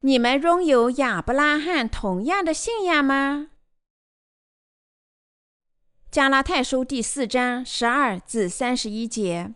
你们拥有亚伯拉罕同样的信仰吗？加拉太书第4章12至31节。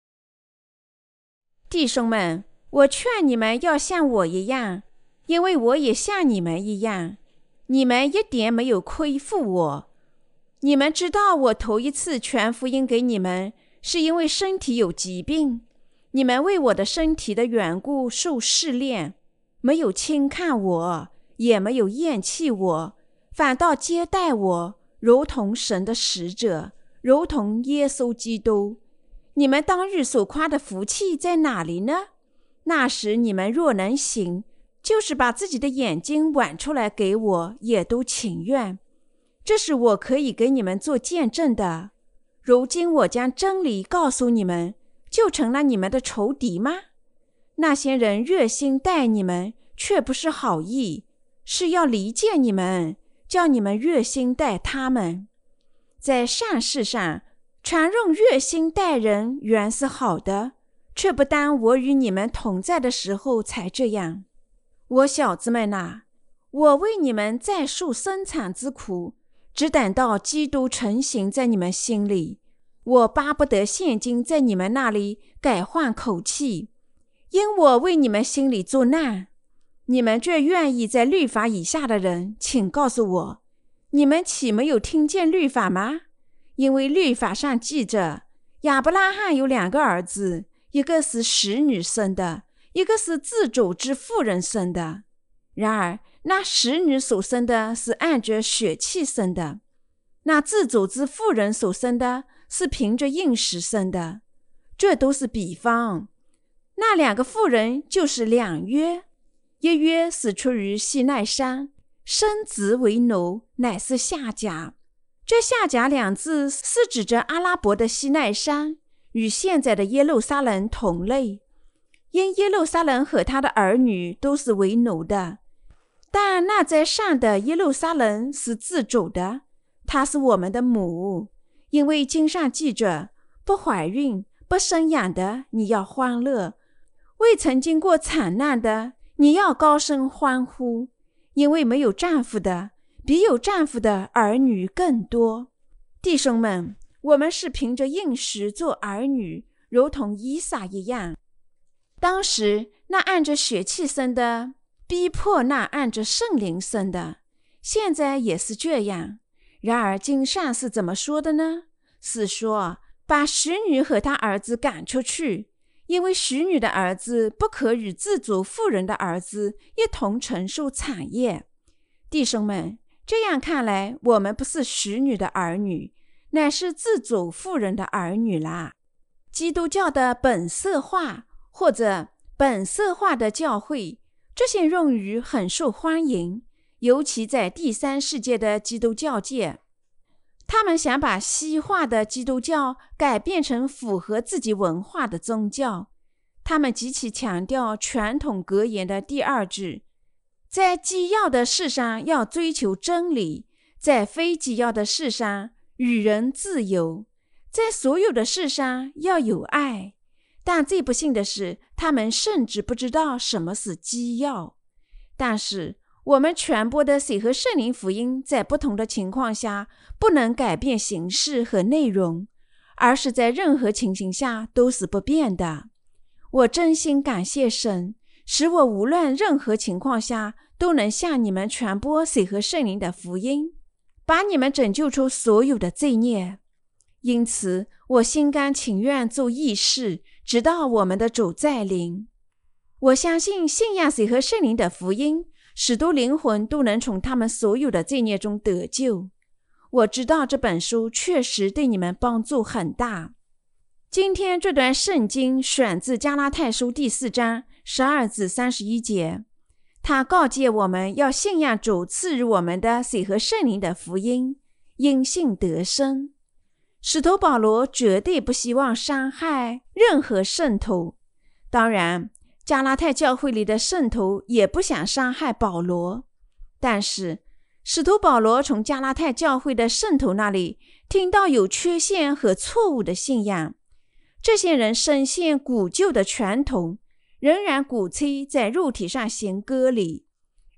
弟兄们，我劝你们要像我一样，因为我也像你们一样。你们一点没有亏负我。你们知道我头一次传福音给你们，是因为身体有疾病。你们为我的身体的缘故受试炼，没有轻看我，也没有厌弃我，反倒接待我，如同神的使者，如同耶稣基督。你们当日所夸的福气在哪里呢？那时你们若能行，就是把自己的眼睛剜出来给我，也都情愿。这是我可以给你们做见证的。如今我将真理告诉你们，就成了你们的仇敌吗？那些人热心待你们，却不是好意，是要离间你们，叫你们热心待他们。在善事上，常用热心待人原是好的，却不当我与你们同在的时候才这样。我小子们啊，我为你们再受生产之苦，只等到基督成形在你们心里。我巴不得现今在你们那里改换口气，因我为你们心里作难。你们这愿意在律法以下的人，请告诉我，你们岂没有听见律法吗？因为律法上记着，亚伯拉罕有2个儿子，一个是使女生的，一个是自主之妇人生的。然而那使女所生的是按着血气生的，那自主之妇人所生的是凭着应许生的。这都是比方。那2个妇人就是2约，一约是出于西奈山，生子为奴，乃是夏甲。这夏甲2字是指着阿拉伯的西奈山，与现在的耶路撒冷同类。因耶路撒冷和他的儿女都是为奴的，但那在上的耶路撒冷是自主的，她是我们的母。因为经上记着，不怀孕不生养的，你要欢乐；未曾经过惨难的，你要高声欢呼。因为没有丈夫的，比有丈夫的儿女更多。弟兄们，我们是凭着应许做儿女，如同以撒一样。当时那按着血气生的逼迫那按着圣灵生的，现在也是这样。然而经上是怎么说的呢？是说把使女和她儿子赶出去，因为使女的儿子不可与自主妇人的儿子一同承受产业。弟兄们，这样看来，我们不是使女的儿女，乃是自主妇人的儿女啦。基督教的本色化或者本色化的教会，这些用语很受欢迎，尤其在第3世界的基督教界。他们想把西化的基督教改变成符合自己文化的宗教。他们极其强调传统格言的第2制，在基要的事上要追求真理，在非基要的事上与人自由，在所有的事上要有爱。但最不幸的是，他们甚至不知道什么是基要。但是我们传播的水和圣灵福音在不同的情况下不能改变形式和内容，而是在任何情形下都是不变的。我真心感谢神，使我无论任何情况下都能向你们传播水和圣灵的福音，把你们拯救出所有的罪孽。因此我心甘情愿做义士，直到我们的主再临。我相信信仰水和圣灵的福音，使得灵魂都能从他们所有的罪孽中得救。我知道这本书确实对你们帮助很大。今天这段圣经选自加拉太书第4章12至31节，他告诫我们要信仰主赐予我们的水和圣灵的福音，因信得生。使徒保罗绝对不希望伤害任何圣徒，当然加拉太教会里的圣徒也不想伤害保罗。但是使徒保罗从加拉太教会的圣徒那里听到有缺陷和错误的信仰，这些人深陷古旧的传统，仍然鼓吹在肉体上行割礼，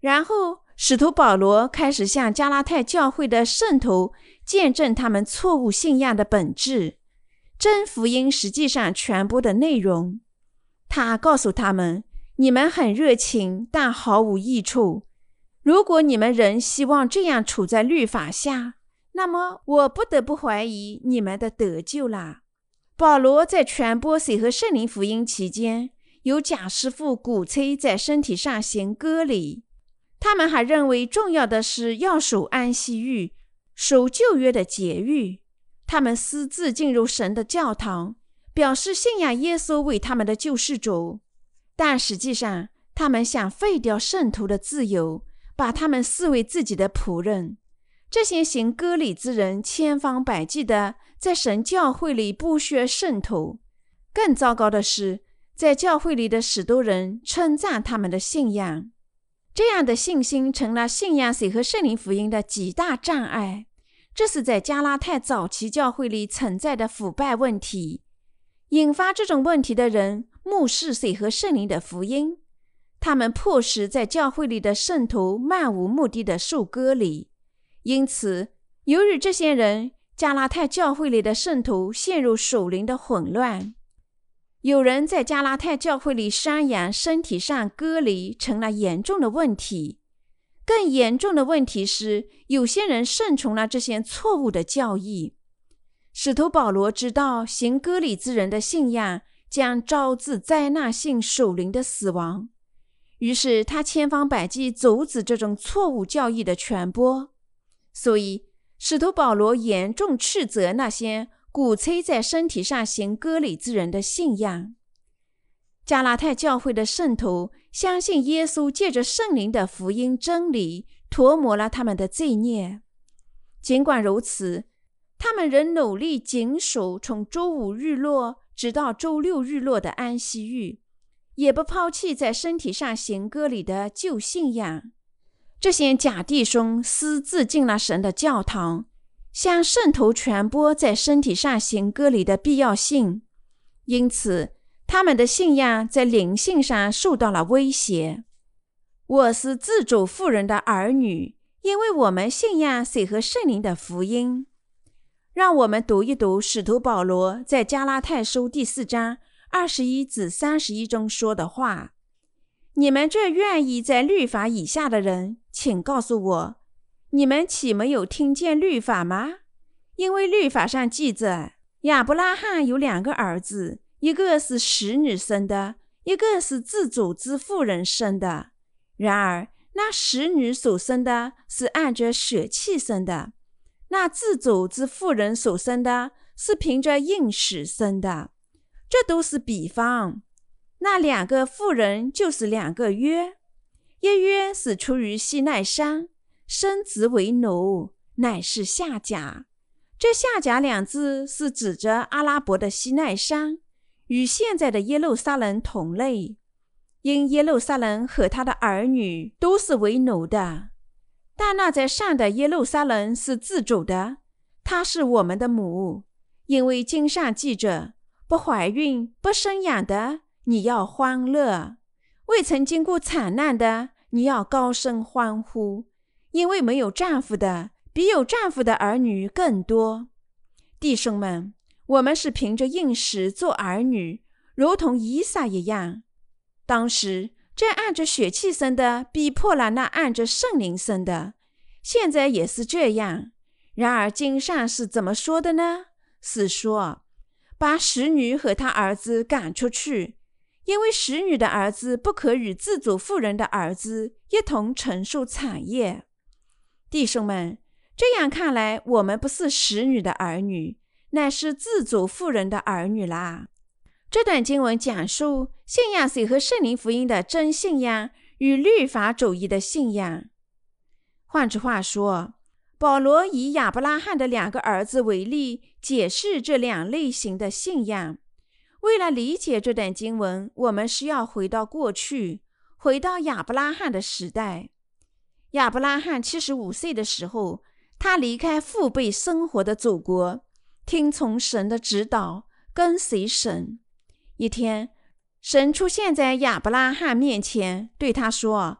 然后使徒保罗开始向加拉太教会的圣徒见证他们错误信仰的本质，真福音实际上传播的内容。他告诉他们，你们很热情，但毫无益处。如果你们仍希望这样处在律法下，那么我不得不怀疑你们的得救啦。保罗在传播水和圣灵福音期间，有假师傅鼓吹在身体上行割礼。他们还认为重要的是要守安息日，守旧约的节日。他们私自进入神的教堂，表示信仰耶稣为他们的救世主，但实际上他们想废掉圣徒的自由，把他们视为自己的仆人。这些行割礼之人千方百计地在神教会里剥削圣徒。更糟糕的是，在教会里的许多人称赞他们的信仰。这样的信心成了信仰水和圣灵福音的极大障碍。这是在加拉太早期教会里存在的腐败问题。引发这种问题的人漠视水和圣灵的福音，他们迫使在教会里的圣徒漫无目的的受割礼。因此，由于这些人，加拉太教会里的圣徒陷入属灵的混乱。有人在加拉太教会里宣扬身体上割礼成了严重的问题。更严重的问题是，有些人顺从了这些错误的教义。使徒保罗知道行割礼之人的信仰将招致灾难性属灵的死亡，于是他千方百计阻止这种错误教义的传播。所以使徒保罗严重斥责那些鼓吹在身体上行割礼之人的信仰。加拉太教会的圣徒相信耶稣借着圣灵的福音真理涂抹了他们的罪孽。尽管如此，他们仍努力谨守从周五日落直到周六日落的安息日，也不抛弃在身体上行割礼的旧信仰。这些假弟兄私自进了神的教堂，向圣徒传播在身体上行割礼的必要性，因此他们的信仰在灵性上受到了威胁。我是自主妇人的儿女，因为我们信仰水和圣灵的福音。让我们读一读使徒保罗在加拉太书第4章21至31中说的话。你们这愿意在律法以下的人，请告诉我，你们岂没有听见律法吗？因为律法上记着，亚伯拉罕有2个儿子，一个是使女生的，一个是自主之妇人生的。然而那使女所生的是按着血气生的，那自主之妇人所生的是凭着应许生的。这都是比方。那2个妇人就是2个约，一约是出于西奈山，生子为奴，乃是夏甲。这夏甲2字是指着阿拉伯的西奈山，与现在的耶路撒冷同类，因耶路撒冷和他的儿女都是为奴的。但那在上的耶路撒冷是自主的，她是我们的母，因为经上记着，不怀孕不生养的，你要欢乐；未曾经过惨难的，你要高声欢呼，因为没有丈夫的，比有丈夫的儿女更多。弟兄们，我们是凭着应许做儿女，如同以撒一样。当时这按着血气生的逼迫了那按着圣灵生的，现在也是这样。然而经上是怎么说的呢？是说，把使女和她儿子赶出去，因为使女的儿子不可与自主妇人的儿子一同承受产业。弟兄们，这样看来，我们不是使女的儿女，乃是自主妇人的儿女啦。这段经文讲述信仰水和圣灵福音的真信仰与律法主义的信仰。换句话说，保罗以亚伯拉罕的2个儿子为例，解释这2类型的信仰。为了理解这段经文，我们需要回到过去，回到亚伯拉罕的时代。亚伯拉罕75岁的时候，他离开父辈生活的祖国，听从神的指导，跟随神。一天，神出现在亚伯拉罕面前，对他说：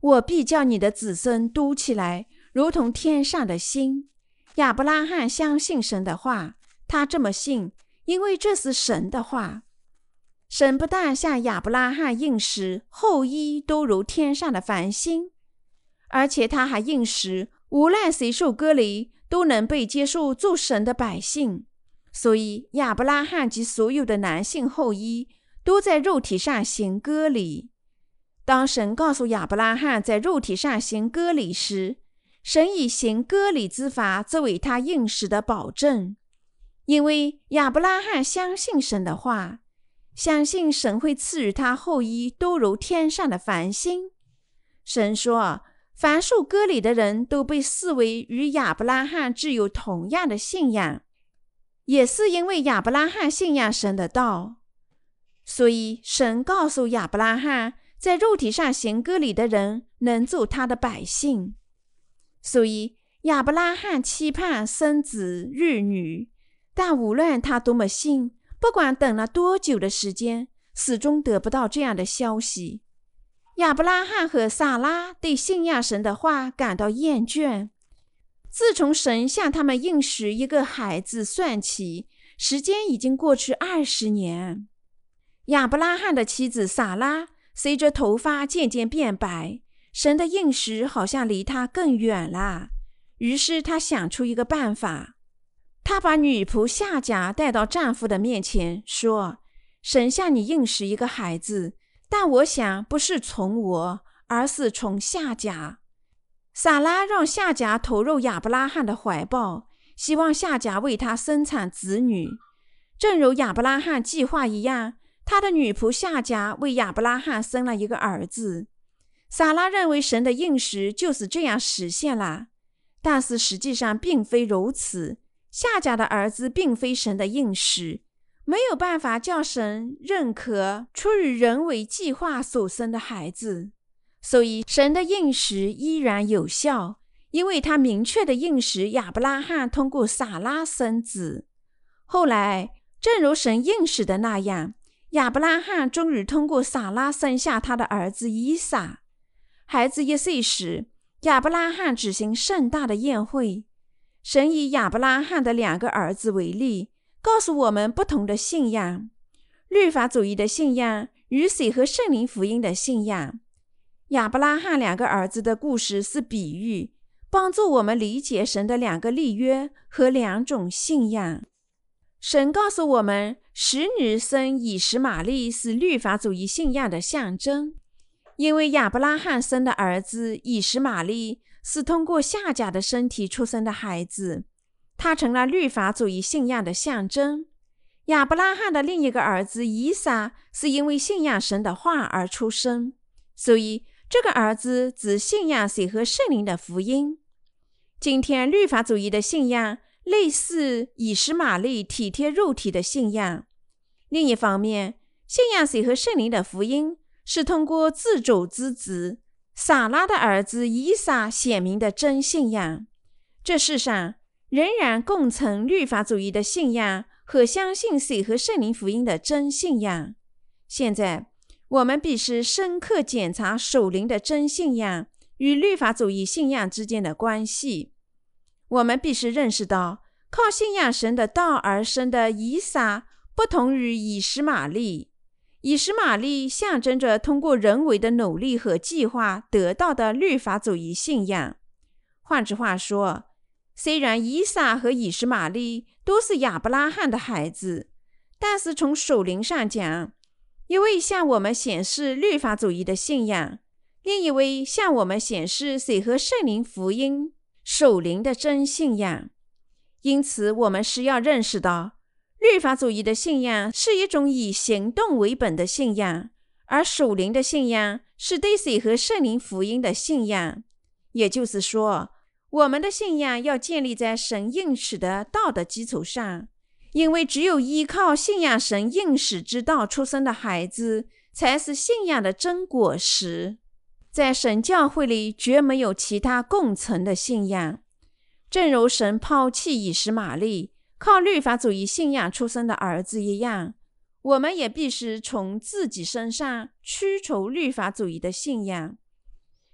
我必叫你的子孙多起来，如同天上的星。亚伯拉罕相信神的话，他这么信，因为这是神的话。神不但向亚伯拉罕应许后裔都如天上的繁星，而且他还应许无论谁受割礼，都能被接受做神的百姓。所以亚伯拉罕及所有的男性后裔都在肉体上行割礼。当神告诉亚伯拉罕在肉体上行割礼时，神以行割礼之法作为他应许的保证。因为亚伯拉罕相信神的话，相信神会赐予他后裔都如天上的繁星。神说，凡受割礼的人都被视为与亚伯拉罕具有同样的信仰，也是因为亚伯拉罕信仰神的道。所以神告诉亚伯拉罕，在肉体上行割礼的人能做他的百姓。所以亚伯拉罕期盼生子育女，但无论他多么信，不管等了多久的时间，始终得不到这样的消息。亚伯拉罕和撒拉对信仰神的话感到厌倦。自从神向他们应许一个孩子算起，时间已经过去20年。亚伯拉罕的妻子撒拉随着头发渐渐变白，神的应许好像离他更远了。于是他想出一个办法，他把女仆夏甲带到丈夫的面前，说：神向你应许一个孩子，但我想不是从我，而是从夏甲。撒拉让夏甲投入亚伯拉罕的怀抱，希望夏甲为他生产子女。正如亚伯拉罕计划一样，他的女仆夏甲为亚伯拉罕生了一个儿子。撒拉认为神的应许就是这样实现了，但是实际上并非如此。夏甲的儿子并非神的应许，没有办法叫神认可出于人为计划所生的孩子。所以神的应许依然有效，因为他明确的应许亚伯拉罕通过撒拉生子。后来正如神应许的那样，亚伯拉罕终于通过撒拉生下他的儿子以撒。孩子1岁时，亚伯拉罕举行盛大的宴会。神以亚伯拉罕的2个儿子为例，告诉我们不同的信仰：律法主义的信仰与水和圣灵福音的信仰。亚伯拉罕2个儿子的故事是比喻，帮助我们理解神的2个立约和2种信仰。神告诉我们，使女生以实玛利是律法主义信仰的象征，因为亚伯拉罕生的儿子以实玛利是通过夏甲的身体出生的孩子，他成了律法主义信仰的象征。亚伯拉罕的另一个儿子以撒是因为信仰神的话而出生，所以这个儿子只信仰水和圣灵的福音。今天律法主义的信仰类似以实玛利体贴肉体的信仰。另一方面，信仰水和圣灵的福音是通过自主之子撒拉的儿子以撒显明的真信仰。这世上仍然共存律法主义的信仰和相信水和圣灵福音的真信仰。现在我们必须深刻检查属灵的真信仰与律法主义信仰之间的关系。我们必须认识到，靠信仰神的道而生的以撒不同于以实玛利。以实玛利象征着通过人为的努力和计划得到的律法主义信仰。换句话说，虽然以撒和以实玛利都是亚伯拉罕的孩子，但是从属灵上讲，一位向我们显示律法主义的信仰，另一位向我们显示水和圣灵福音属灵的真信仰。因此我们是要认识到，律法主义的信仰是一种以行动为本的信仰，而属灵的信仰是对水和圣灵福音的信仰。也就是说，我们的信仰要建立在神应许的道的基础上，因为只有依靠信仰神应许之道出生的孩子，才是信仰的真果实。在神教会里绝没有其他共存的信仰。正如神抛弃以实玛利，靠律法主义信仰出生的儿子一样，我们也必须从自己身上驱除律法主义的信仰。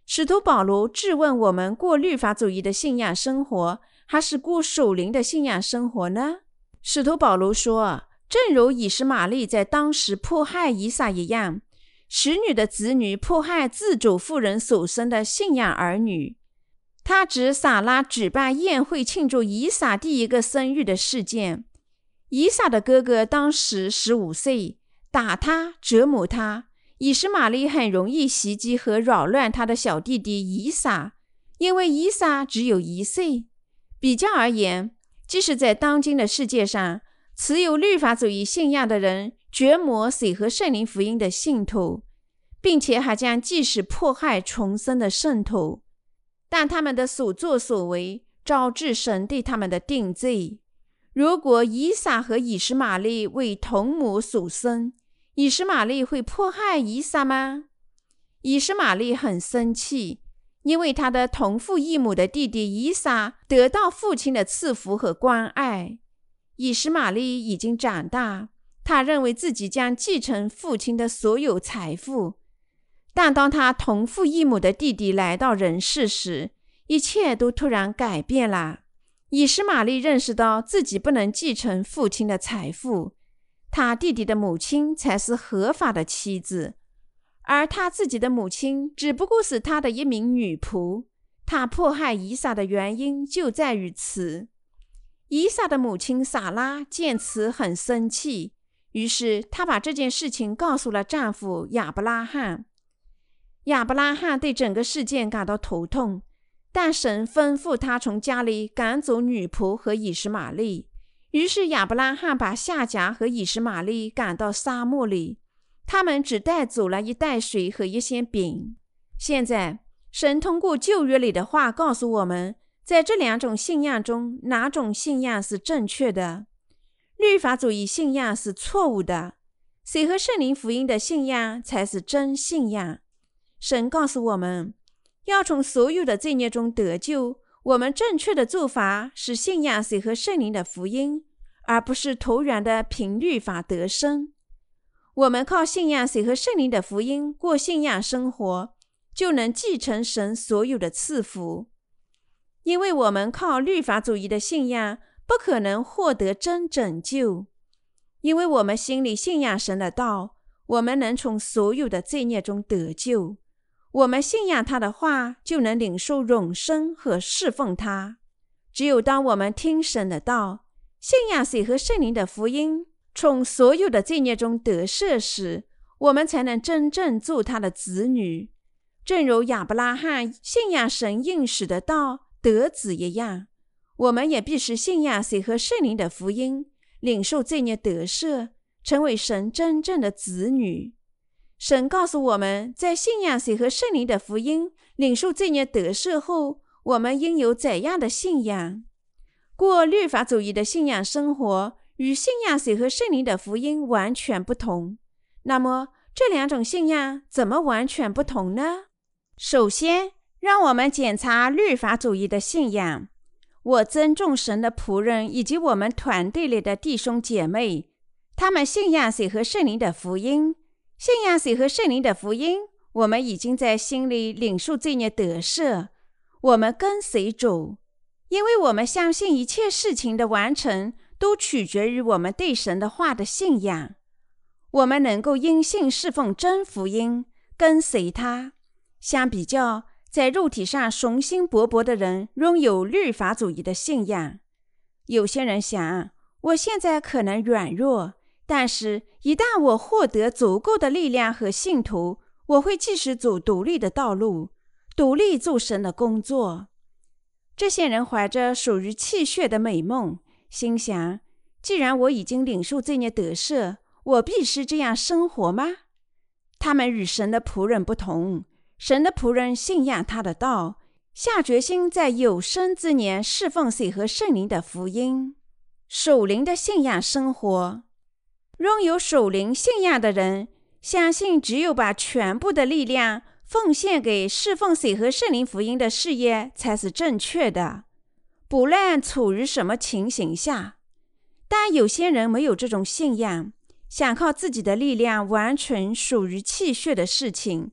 使徒保罗质问我们过律法主义的信仰生活，还是过属灵的信仰生活呢？使徒保罗说，正如以实玛利在当时迫害以撒一样，使女的子女迫害自主妇人所生的信仰儿女。他指撒拉举办宴会庆祝以撒第一个生育的事件。以撒的哥哥当时15岁，打他折磨他，以实玛利很容易袭击和扰乱他的小弟弟以撒，因为以撒只有1岁。比较而言，即使在当今的世界上，持有律法主义信仰的人折磨水和圣灵福音的信徒，并且还将继续迫害重生的圣徒，但他们的所作所为招致神对他们的定罪。如果以撒和以实玛利为同母所生，以实玛利会迫害以撒吗？以实玛利很生气，因为他的同父异母的弟弟以撒得到父亲的赐福和关爱。以实玛利已经长大，他认为自己将继承父亲的所有财富。但当他同父异母的弟弟来到人世时，一切都突然改变了。以实玛利认识到自己不能继承父亲的财富，他弟弟的母亲才是合法的妻子，而他自己的母亲只不过是他的一名女仆。他迫害以撒的原因就在于此。以撒的母亲撒拉见此很生气，于是她把这件事情告诉了丈夫亚伯拉罕。亚伯拉罕对整个事件感到头痛，但神吩咐他从家里赶走女仆和以实玛利。于是亚伯拉罕把夏甲和以实玛利赶到沙漠里，他们只带走了一袋水和一些饼。现在神通过旧约里的话告诉我们，在这2种信仰中，哪种信仰是正确的？律法主义信仰是错误的，水和圣灵福音的信仰才是真信仰。神告诉我们，要从所有的罪孽中得救，我们正确的做法是信仰水和圣灵的福音，而不是徒然的凭律法得生。我们靠信仰水和圣灵的福音过信仰生活，就能继承神所有的赐福。因为我们靠律法主义的信仰不可能获得真拯救，因为我们心里信仰神的道，我们能从所有的罪孽中得救。我们信仰他的话，就能领受永生和侍奉他。只有当我们听神的道，信仰水和圣灵的福音，从所有的罪孽中得赦时，我们才能真正做他的子女。正如亚伯拉罕信仰神应许的道得子一样，我们也必须信仰水和圣灵的福音，领受罪孽得赦，成为神真正的子女。神告诉我们，在信仰水和圣灵的福音，领受罪孽得赦后，我们应有怎样的信仰？过律法主义的信仰生活与信仰水和圣灵的福音完全不同。那么这2种信仰怎么完全不同呢？首先，让我们检查律法主义的信仰。我尊重神的仆人以及我们团队里的弟兄姐妹，他们信仰水和圣灵的福音。信仰水和圣灵的福音，我们已经在心里领受罪孽得赦。我们跟随主，因为我们相信一切事情的完成都取决于我们对神的话的信仰。我们能够因信侍奉真福音，跟随他。相比较，在肉体上雄心勃勃的人拥有律法主义的信仰。有些人想，我现在可能软弱，但是一旦我获得足够的力量和信徒，我会继续走独立的道路，独立做神的工作。这些人怀着属于气血的美梦，心想，既然我已经领受罪孽得赦，我必须这样生活吗？他们与神的仆人不同，神的仆人信仰他的道，下决心在有生之年侍奉水和圣灵的福音。属灵的信仰生活，拥有属灵信仰的人相信，只有把全部的力量奉献给侍奉水和圣灵福音的事业才是正确的，不论处于什么情形下。但有些人没有这种信仰，想靠自己的力量完成属于气血的事情，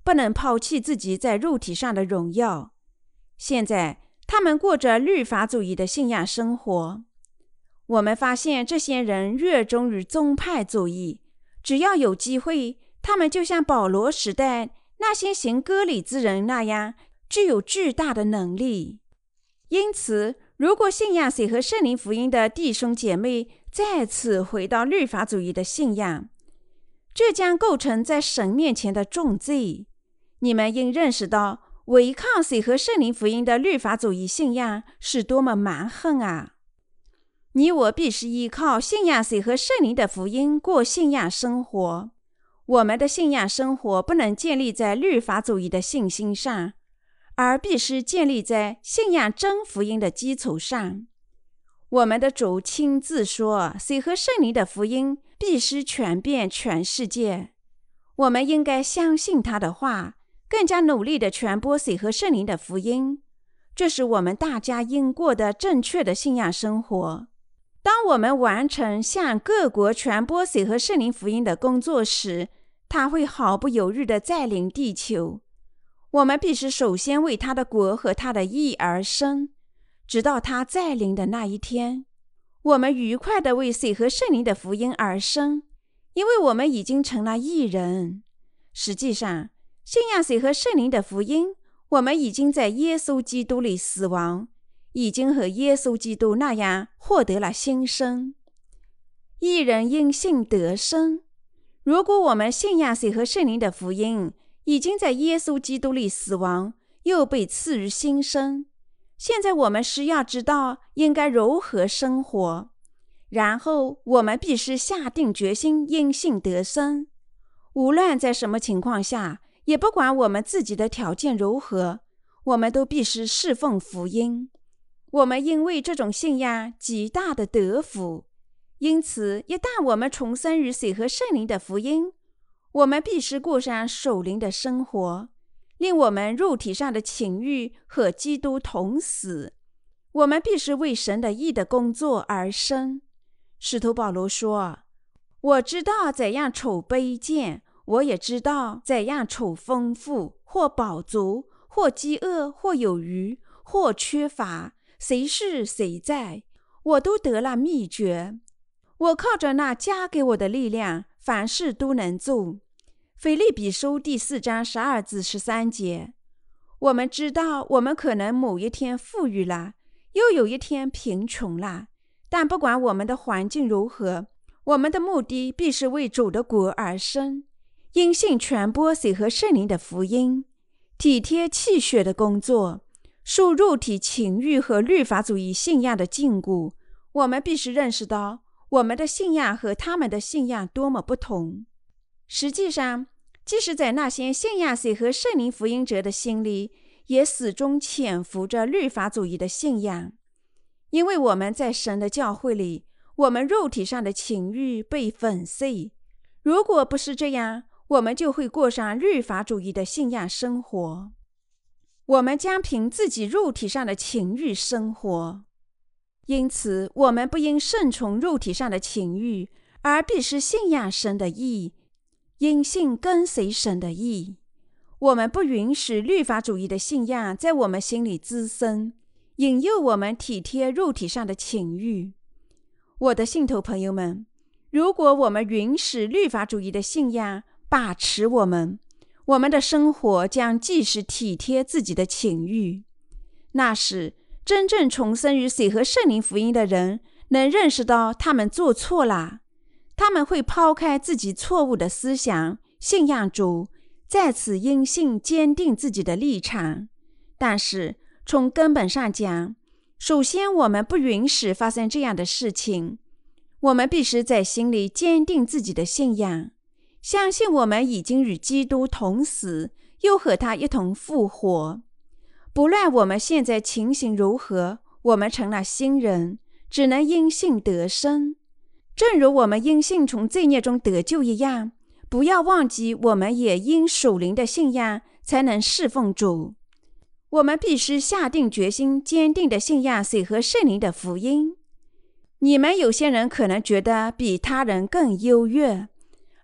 不能抛弃自己在肉体上的荣耀。现在他们过着律法主义的信仰生活。我们发现这些人热衷于宗派主义，只要有机会，他们就像保罗时代那些行割礼之人那样，具有巨大的能力。因此，如果信仰水和圣灵福音的弟兄姐妹再次回到律法主义的信仰，这将构成在神面前的重罪。你们应认识到，违抗水和圣灵福音的律法主义信仰是多么蛮横啊！你我必须依靠信仰水和圣灵的福音过信仰生活。我们的信仰生活不能建立在律法主义的信心上，而必须建立在信仰真福音的基础上。我们的主亲自说，水和圣灵的福音必须传遍全世界。我们应该相信他的话，更加努力地传播水和圣灵的福音。这是我们大家应过的正确的信仰生活。当我们完成向各国传播水和圣灵福音的工作时，他会毫不犹豫地占领地球。我们必须首先为他的国和他的义而生，直到他占领的那一天。我们愉快地为水和圣灵的福音而生，因为我们已经成了义人。实际上，信仰水和圣灵的福音，我们已经在耶稣基督里死亡，已经和耶稣基督那样获得了新生。义人因信得生。如果我们信仰水和圣灵的福音，已经在耶稣基督里死亡，又被赐予新生，现在我们需要知道应该如何生活，然后我们必须下定决心因信得生。无论在什么情况下，也不管我们自己的条件如何，我们都必须侍奉福音。我们因为这种信仰极大的得福，因此一旦我们重生于水和圣灵的福音，我们必须过上属灵的生活，令我们肉体上的情欲和基督同死。我们必须为神的义的工作而生。使徒保罗说，我知道怎样处卑贱，我也知道怎样处丰富，或饱足，或饥饿，或有余，或缺乏，谁是谁在，我都得了秘诀。我靠着那加给我的力量，凡事都能做。腓立比书第4章12至13节。我们知道我们可能某一天富裕了，又有一天贫穷了，但不管我们的环境如何，我们的目的必是为主的国而生，因信传播水和圣灵的福音，体贴气血的工作，受肉体情欲和律法主义信仰的禁锢。我们必须认识到我们的信仰和他们的信仰多么不同。实际上，即使在那些信仰水和圣灵福音者的心里，也始终潜伏着律法主义的信仰。因为我们在神的教会里，我们肉体上的情欲被粉碎。如果不是这样，我们就会过上律法主义的信仰生活。我们将凭自己肉体上的情欲生活。因此，我们不应顺从肉体上的情欲，而必须信仰神的义，因信跟随神的义。我们不允许律法主义的信仰在我们心里滋生，引诱我们体贴肉体上的情欲。我的信徒朋友们，如果我们允许律法主义的信仰把持我们的生活将继续体贴自己的情欲。那时，真正重生于水和圣灵福音的人能认识到他们做错了，他们会抛开自己错误的思想，信仰主，在此因信坚定自己的立场。但是从根本上讲，首先我们不允许发生这样的事情。我们必须在心里坚定自己的信仰，相信我们已经与基督同死，又和他一同复活。不论我们现在情形如何，我们成了新人，只能因信得生。正如我们因信从罪孽中得救一样，不要忘记我们也因属灵的信仰才能侍奉主。我们必须下定决心，坚定的信仰水和圣灵的福音。你们有些人可能觉得比他人更优越，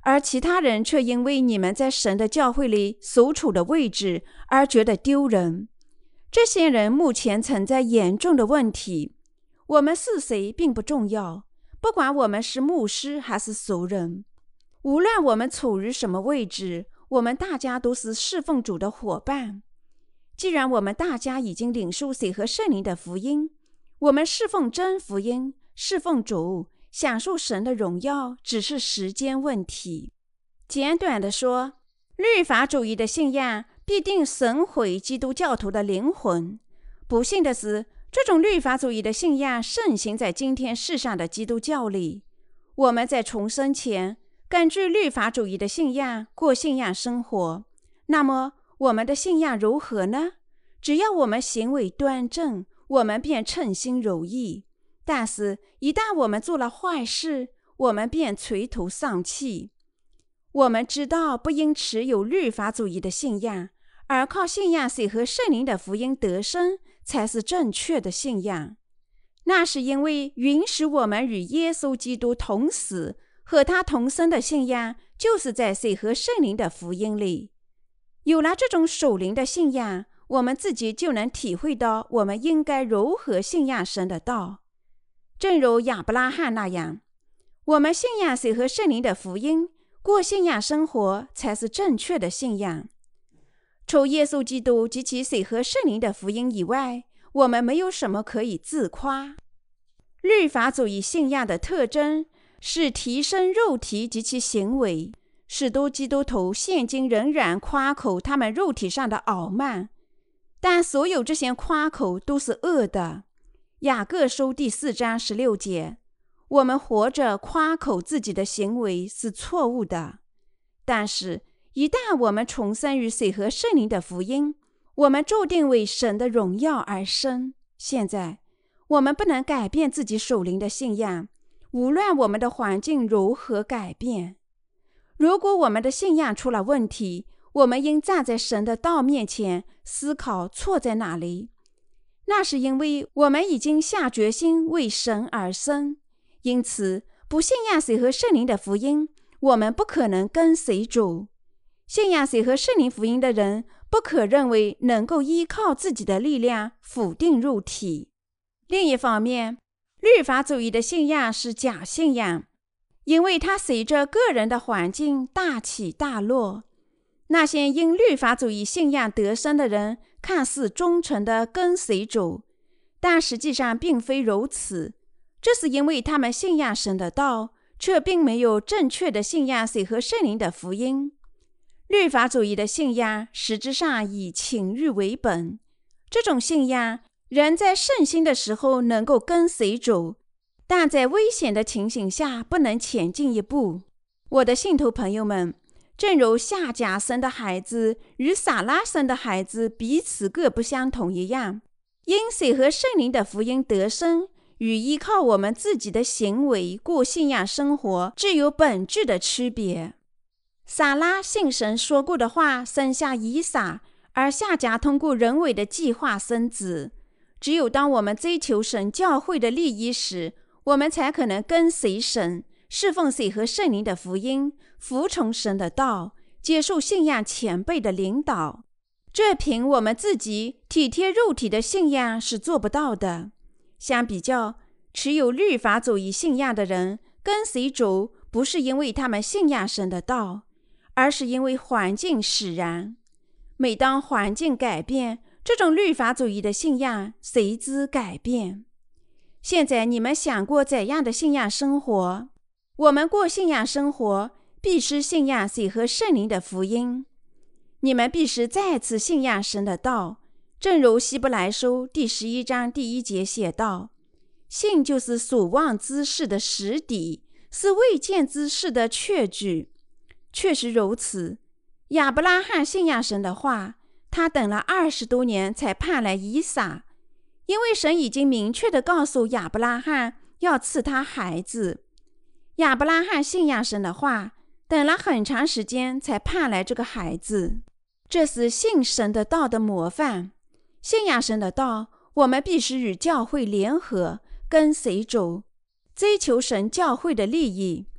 而其他人却因为你们在神的教会里所处的位置而觉得丢人。这些人目前存在严重的问题。我们是谁并不重要，不管我们是牧师还是俗人，无论我们处于什么位置，我们大家都是侍奉主的伙伴。既然我们大家已经领受水和圣灵的福音，我们侍奉真福音，侍奉主，享受神的荣耀，只是时间问题。简短的说，律法主义的信仰必定损毁基督教徒的灵魂。不幸的是，这种律法主义的信仰盛行在今天世上的基督教里。我们在重生前根据律法主义的信仰过信仰生活，那么我们的信仰如何呢？只要我们行为端正，我们便称心如意。但是一旦我们做了坏事，我们便垂头丧气。我们知道不应持有律法主义的信仰，而靠信仰水和圣灵的福音得生才是正确的信仰。那是因为允许我们与耶稣基督同死和他同生的信仰，就是在水和圣灵的福音里。有了这种属灵的信仰，我们自己就能体会到我们应该如何信仰神的道。正如亚伯拉罕那样，我们信仰水和圣灵的福音，过信仰生活才是正确的信仰。除耶稣基督及其水和圣灵的福音以外，我们没有什么可以自夸。律法主义信仰的特征是提升肉体及其行为，许多基督徒现今仍然夸口他们肉体上的傲慢，但所有这些夸口都是恶的。雅各书第4章16节，我们活着夸口自己的行为是错误的。但是一旦我们重生于水和圣灵的福音，我们注定为神的荣耀而生。现在我们不能改变自己属灵的信仰，无论我们的环境如何改变。如果我们的信仰出了问题，我们应站在神的道面前思考错在哪里。那是因为我们已经下决心为神而生，因此不信仰水和圣灵的福音，我们不可能跟随主。信仰水和圣灵福音的人不可认为能够依靠自己的力量否定肉体。另一方面，律法主义的信仰是假信仰，因为它随着个人的环境大起大落。那些因律法主义信仰得生的人看似忠诚地跟随主，但实际上并非如此。这是因为他们信仰神的道，却并没有正确的信仰水和圣灵的福音。律法主义的信仰实质上以情欲为本，这种信仰人在圣心的时候能够跟随主，但在危险的情形下不能前进一步。我的信徒朋友们，正如夏甲生的孩子与撒拉生的孩子彼此各不相同一样，因水和圣灵的福音得生与依靠我们自己的行为过信仰生活具有本质的区别。撒拉信神说过的话生下以撒，而夏甲通过人为的计划生子。只有当我们追求神教会的利益时，我们才可能跟随神，侍奉水和圣灵的福音，服从神的道，接受信仰前辈的领导。这凭我们自己体贴肉体的信仰是做不到的。相比较，持有律法主义信仰的人跟随主，不是因为他们信仰神的道，而是因为环境使然。每当环境改变，这种律法主义的信仰随之改变。现在你们想过怎样的信仰生活？我们过信仰生活，必须信仰水和圣灵的福音。你们必须再次信仰神的道，正如希伯来书第11章第1节写道：信就是所望之事的实底，是未见之事的确据。确实如此，亚伯拉罕信仰神的话，他等了20多年才盼来以撒，因为神已经明确地告诉亚伯拉罕要赐他孩子。亚伯拉罕信仰神的话，等了很长时间才盼来这个孩子。这是信神的道的模范。信仰神的道，我们必须与教会联合，跟随主，追求神教会的利益。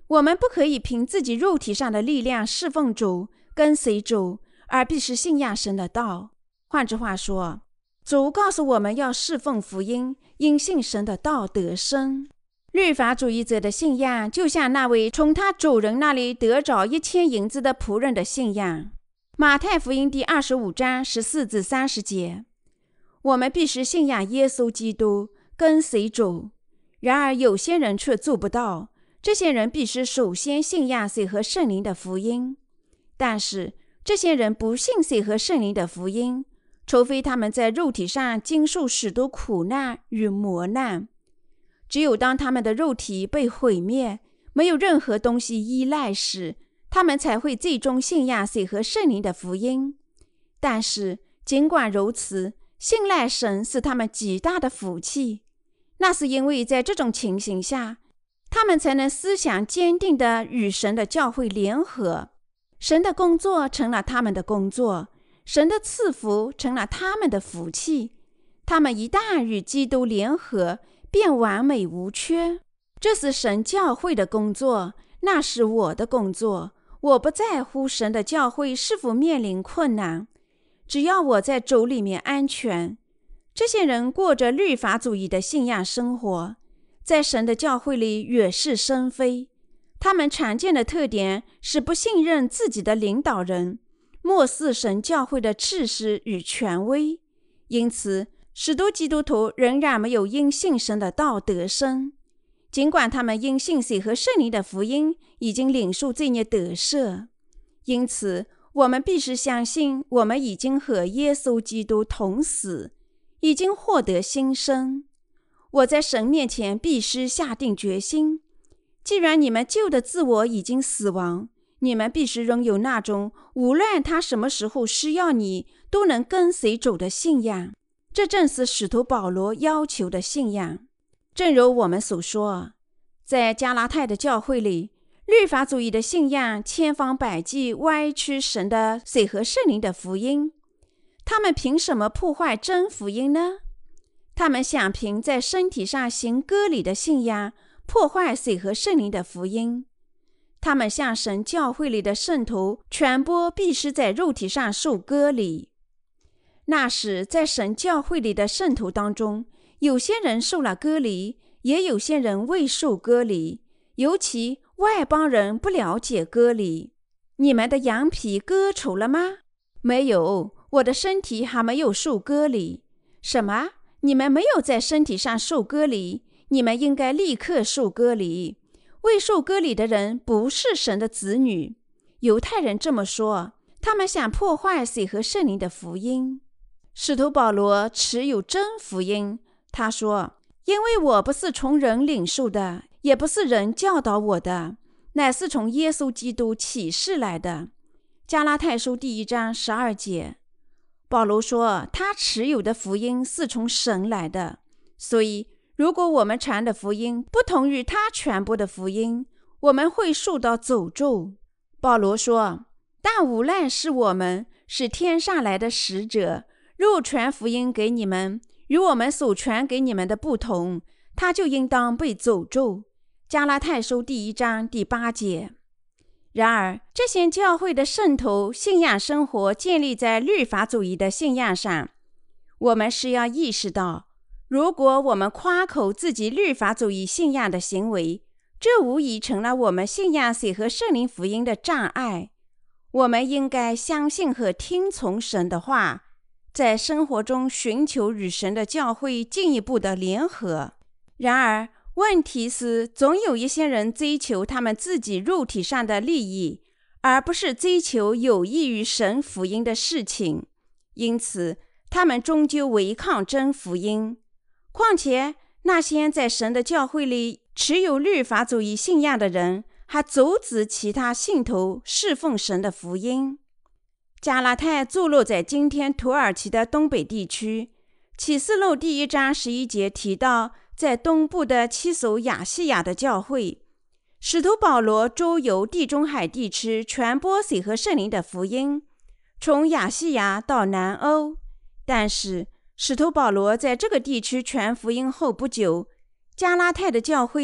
我们不可以凭自己肉体上的力量侍奉主，跟随主，而必须信仰神的道。换句话说，主告诉我们要侍奉福音，因信神的道得生。律法主义者的信仰就像那位从他主人那里得着1000银子的仆人的信仰。马太福音第25章14至30节，我们必须信仰耶稣基督，跟随主。然而有些人却做不到，这些人必须首先信仰水和圣灵的福音。但是这些人不信水和圣灵的福音，除非他们在肉体上经受许多苦难与磨难。只有当他们的肉体被毁灭，没有任何东西依赖时，他们才会最终信仰水和圣灵的福音。但是尽管如此，信赖神是他们极大的福气。那是因为在这种情形下，他们才能思想坚定地与神的教会联合。神的工作成了他们的工作，神的赐福成了他们的福气。他们一旦与基督联合，便完美无缺。这是神教会的工作，那是我的工作。我不在乎神的教会是否面临困难，只要我在主里面安全。这些人过着律法主义的信仰生活，在神的教会里惹是生非。他们常见的特点是不信任自己的领导人，漠视神教会的秩序与权威。因此许多基督徒仍然没有因信神的道得生，尽管他们因信水和圣灵的福音已经领受罪孽得赦。因此我们必须相信，我们已经和耶稣基督同死，已经获得新生。我在神面前必须下定决心，既然你们旧的自我已经死亡，你们必须拥有那种无论他什么时候需要你都能跟随主的信仰。这正是使徒保罗要求的信仰。正如我们所说，在加拉太的教会里，律法主义的信仰千方百计歪曲神的水和圣灵的福音。他们凭什么破坏真福音呢？他们想凭在身体上行割礼的信仰破坏水和圣灵的福音。他们向神教会里的圣徒传播必须在肉体上受割礼。那时在神教会里的圣徒当中，有些人受了割礼，也有些人未受割礼，尤其外邦人不了解割礼。你们的羊皮割除了吗？没有，我的身体还没有受割礼。什么？你们没有在身体上受割礼？你们应该立刻受割礼。未受割礼的人不是神的子女。犹太人这么说，他们想破坏水和圣灵的福音。使徒保罗持有真福音，他说，因为我不是从人领受的，也不是人教导我的，乃是从耶稣基督启示来的。加拉太书第1章12节。保罗说他持有的福音是从神来的，所以如果我们传的福音不同于他传播的福音，我们会受到诅咒。保罗说，但无论是我们是天上来的使者，若传福音给你们与我们所传给你们的不同，他就应当被诅咒。加拉太书第1章第8节。然而这些教会的圣徒信仰生活建立在律法主义的信仰上。我们是要意识到，如果我们夸口自己律法主义信仰的行为，这无疑成了我们信仰水和圣灵福音的障碍。我们应该相信和听从神的话，在生活中寻求与神的教会进一步的联合。然而问题是，总有一些人追求他们自己肉体上的利益，而不是追求有益于神福音的事情，因此他们终究违抗真福音。况且那些在神的教会里持有律法主义信仰的人，还阻止其他信徒侍奉神的福音。加拉太坐落在今天土耳其的东北地区。启示录第1章11节提到，在东部的7所亚细亚的教会，使徒保罗周游地中海地区，传播水和圣灵的福音，从亚细亚到南欧。但是使徒保罗在这个地区传福音后不久，加拉太的教会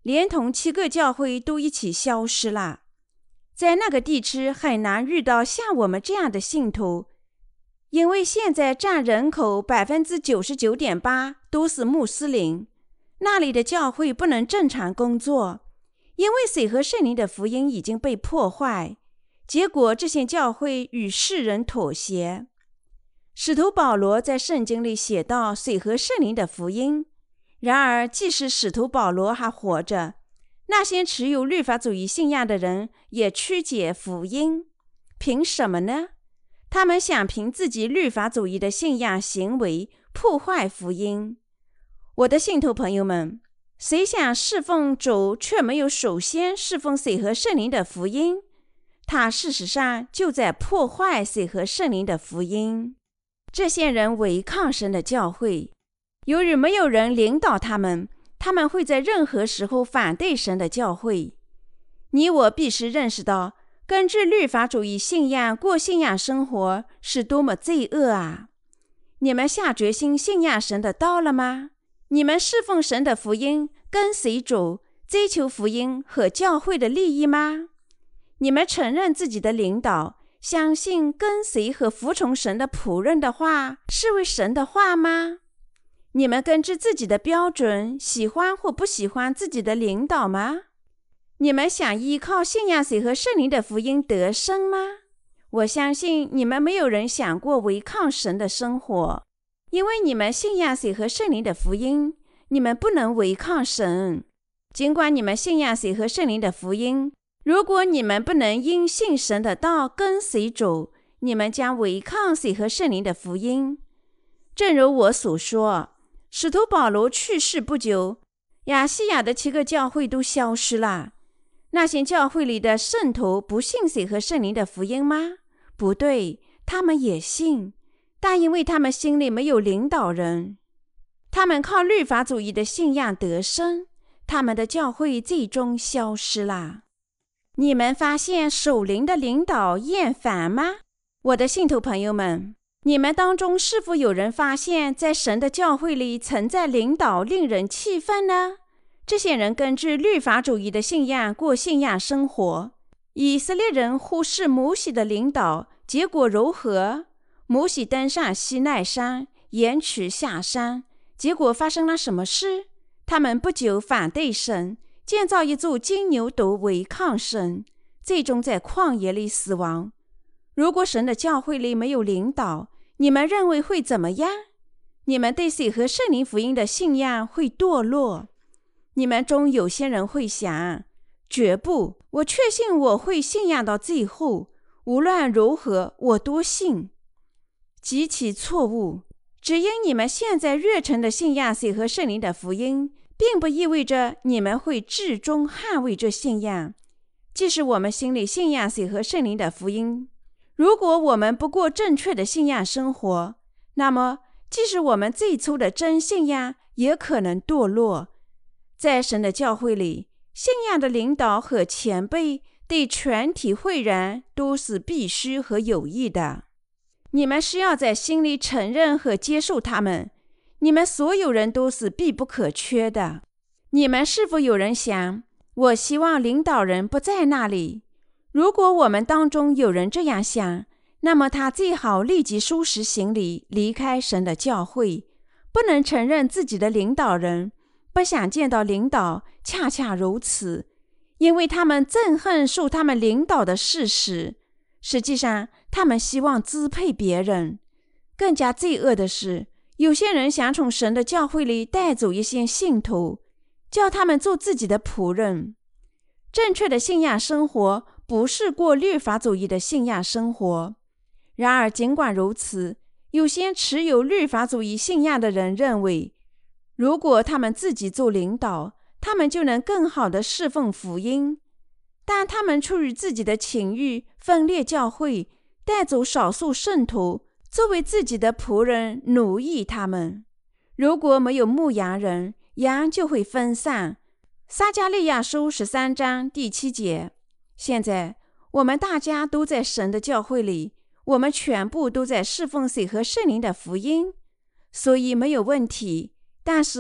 连同7个教会都一起消失了。在那个地区很难遇到像我们这样的信徒，因为现在占人口 99.8% 都是穆斯林，那里的教会不能正常工作，因为水和圣灵的福音已经被破坏，结果这些教会与世人妥协。使徒保罗在圣经里写到水和圣灵的福音，然而即使使徒保罗还活着，那些持有律法主义信仰的人也曲解福音。凭什么呢？他们想凭自己律法主义的信仰行为破坏福音。我的信徒朋友们，谁想侍奉主却没有首先侍奉水和圣灵的福音，他事实上就在破坏水和圣灵的福音。这些人违抗神的教会，由于没有人领导他们，他们会在任何时候反对神的教会。你我必须认识到，根据律法主义信仰过信仰生活是多么罪恶啊！你们下决心信仰神的道了吗？你们侍奉神的福音，跟随主，追求福音和教会的利益吗？你们承认自己的领导，相信跟随和服从神的仆人的话是为神的话吗？你们根据自己的标准喜欢或不喜欢自己的领导吗？你们想依靠信仰水和圣灵的福音得生吗？我相信你们没有人想过违抗神的生活，因为你们信仰水和圣灵的福音，你们不能违抗神。尽管你们信仰水和圣灵的福音，如果你们不能因信神的道跟随主，你们将违抗水和圣灵的福音。正如我所说，使徒保罗去世不久，亚细亚的7个教会都消失了。那些教会里的圣徒不信水和圣灵的福音吗？不对，他们也信，但因为他们心里没有领导人，他们靠律法主义的信仰得生，他们的教会最终消失了。你们发现属灵的领导厌烦吗？我的信徒朋友们，你们当中是否有人发现在神的教会里存在领导令人气愤呢？这些人根据律法主义的信仰过信仰生活。以色列人忽视摩西的领导，结果如何？摩西登上西奈山，延迟下山，结果发生了什么事？他们不久反对神，建造一座金牛犊违抗神，最终在旷野里死亡。如果神的教会里没有领导，你们认为会怎么样？你们对水和圣灵福音的信仰会堕落。你们中有些人会想，绝不，我确信我会信仰到最后，无论如何我都信。极其错误。只因你们现在热诚的信仰水和圣灵的福音，并不意味着你们会至终捍卫这信仰。即使我们心里信仰水和圣灵的福音，如果我们不过正确的信仰生活，那么即使我们最初的真信仰也可能堕落。在神的教会里，信仰的领导和前辈对全体会员都是必须和有益的。你们需要在心里承认和接受他们，你们所有人都是必不可缺的。你们是否有人想，我希望领导人不在那里？如果我们当中有人这样想，那么他最好立即收拾行李，离开神的教会。不能承认自己的领导人，不想见到领导，恰恰如此，因为他们憎恨受他们领导的事实。实际上，他们希望支配别人。更加罪恶的是，有些人想从神的教会里带走一些信徒，叫他们做自己的仆人。正确的信仰生活不是过律法主义的信仰生活。然而，尽管如此，有些持有律法主义信仰的人认为，如果他们自己做领导，他们就能更好地侍奉福音。但他们出于自己的情欲，分裂教会，带走少数圣徒，作为自己的仆人，奴役他们。如果没有牧羊人，羊就会分散。撒迦利亚书13章第7节。现在我们大家都在神的教会里，我们全部都在侍奉水和圣灵的福音，所以没有问题。但是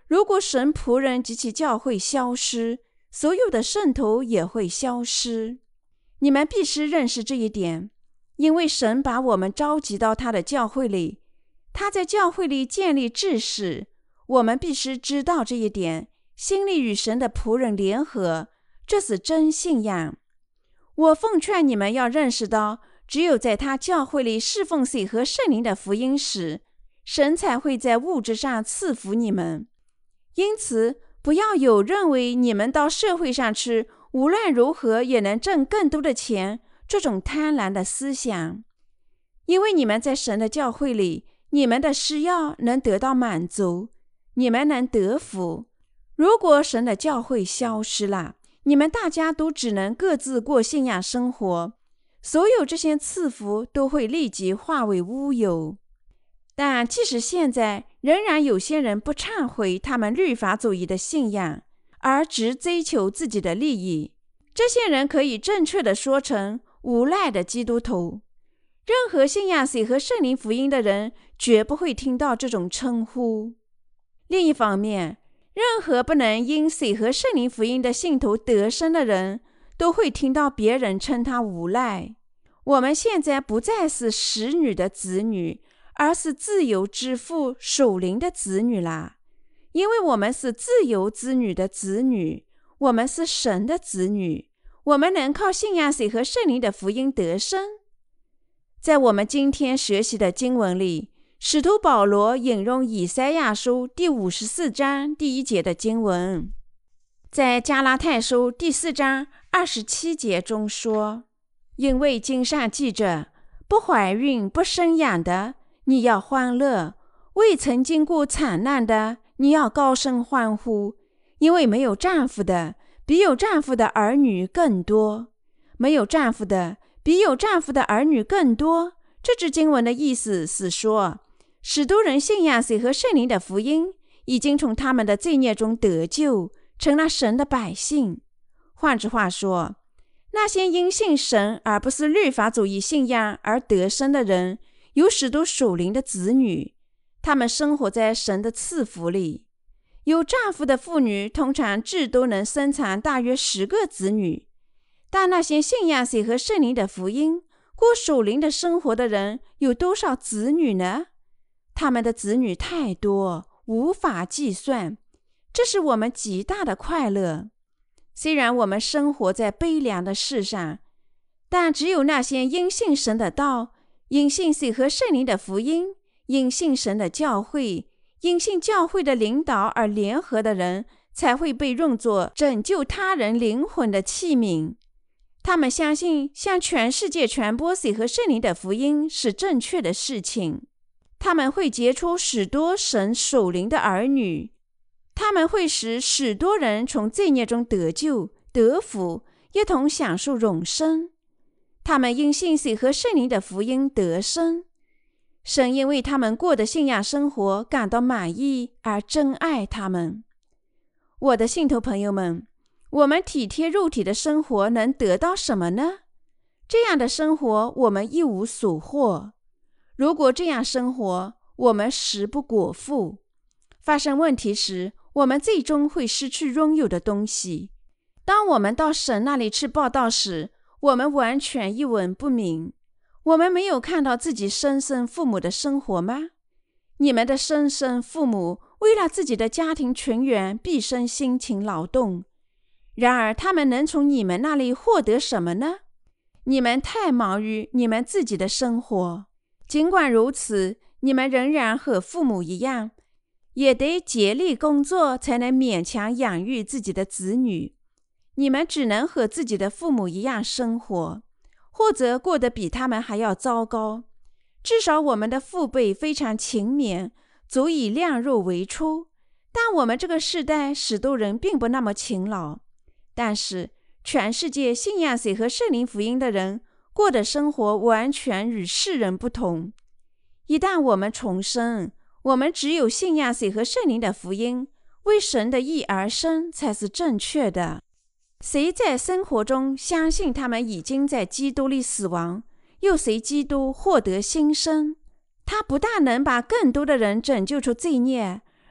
如果神仆人及其教会消失，所有的圣徒也会消失。你们必须认识这一点，因为神把我们召集到他的教会里，他在教会里建立制式，我们必须知道这一点，心里与神的仆人联合，这是真信仰。我奉劝你们要认识到，只有在他教会里侍奉水和圣灵的福音时，神才会在物质上赐福你们。因此，不要有认为你们到社会上去，无论如何也能挣更多的钱这种贪婪的思想。因为你们在神的教会里，你们的需要能得到满足，你们能得福。如果神的教会消失了，你们大家都只能各自过信仰生活，所有这些赐福都会立即化为乌有。但即使现在，仍然有些人不忏悔他们律法主义的信仰，而只追求自己的利益。这些人可以正确地说成无赖的基督徒。任何信仰水和圣灵福音的人绝不会听到这种称呼。另一方面，任何不能因水和圣灵福音的信徒得生的人，都会听到别人称他无赖。我们现在不再是使女的子女，而是自由之父属灵的子女啦。因为我们是自由之女的子女，我们是神的子女，我们能靠信仰水和圣灵的福音得生。在我们今天学习的经文里，使徒保罗引用以赛亚书第54章第1节的经文，在加拉太书第4章27节中说：因为经上记着，不怀孕不生养的，你要欢乐；未曾经过惨难的，你要高声欢呼。因为没有丈夫的，比有丈夫的儿女更多；没有丈夫的，比有丈夫的儿女更多。这支经文的意思是说，许多人信仰水和圣灵的福音，已经从他们的罪孽中得救，成了神的百姓。换句话说，那些因信神而不是律法主义信仰而得生的人，有许多属灵的子女，他们生活在神的赐福里。有丈夫的妇女通常至多能生产大约10个子女，但那些信仰水和圣灵的福音，过属灵的生活的人有多少子女呢？他们的子女太多，无法计算，这是我们极大的快乐。虽然我们生活在悲凉的世上，但只有那些因信神的道，因信水和圣灵的福音，因信神的教会，因信教会的领导而联合的人，才会被用作拯救他人灵魂的器皿。他们相信向全世界传播水和圣灵的福音是正确的事情。他们会结出许多神属灵的儿女，他们会使许多人从罪孽中得救得福，一同享受永生。他们因信水和圣灵的福音得生，神因为他们过的信仰生活感到满意而珍爱他们。我的信徒朋友们，我们体贴肉体的生活能得到什么呢？这样的生活我们一无所获。如果这样生活，我们食不果腹。发生问题时，我们最终会失去拥有的东西。当我们到神那里去报道时，我们完全一文不名。我们没有看到自己生身父母的生活吗？你们的生身父母为了自己的家庭成员毕生辛勤劳动，然而他们能从你们那里获得什么呢？你们太忙于你们自己的生活。尽管如此，你们仍然和父母一样，也得竭力工作才能勉强养育自己的子女。你们只能和自己的父母一样生活，或者过得比他们还要糟糕。至少我们的父辈非常勤勉，足以量入为出，但我们这个世代许多人并不那么勤劳。但是全世界信仰水和圣灵福音的人过的生活完全与世人不同。一旦我们重生，我们只有信仰水和圣灵的福音，为神的义而生才是正确的。谁在生活中相信他们已经在基督里死亡，又随基督获得新生，他不但能把更多的人拯救出罪孽，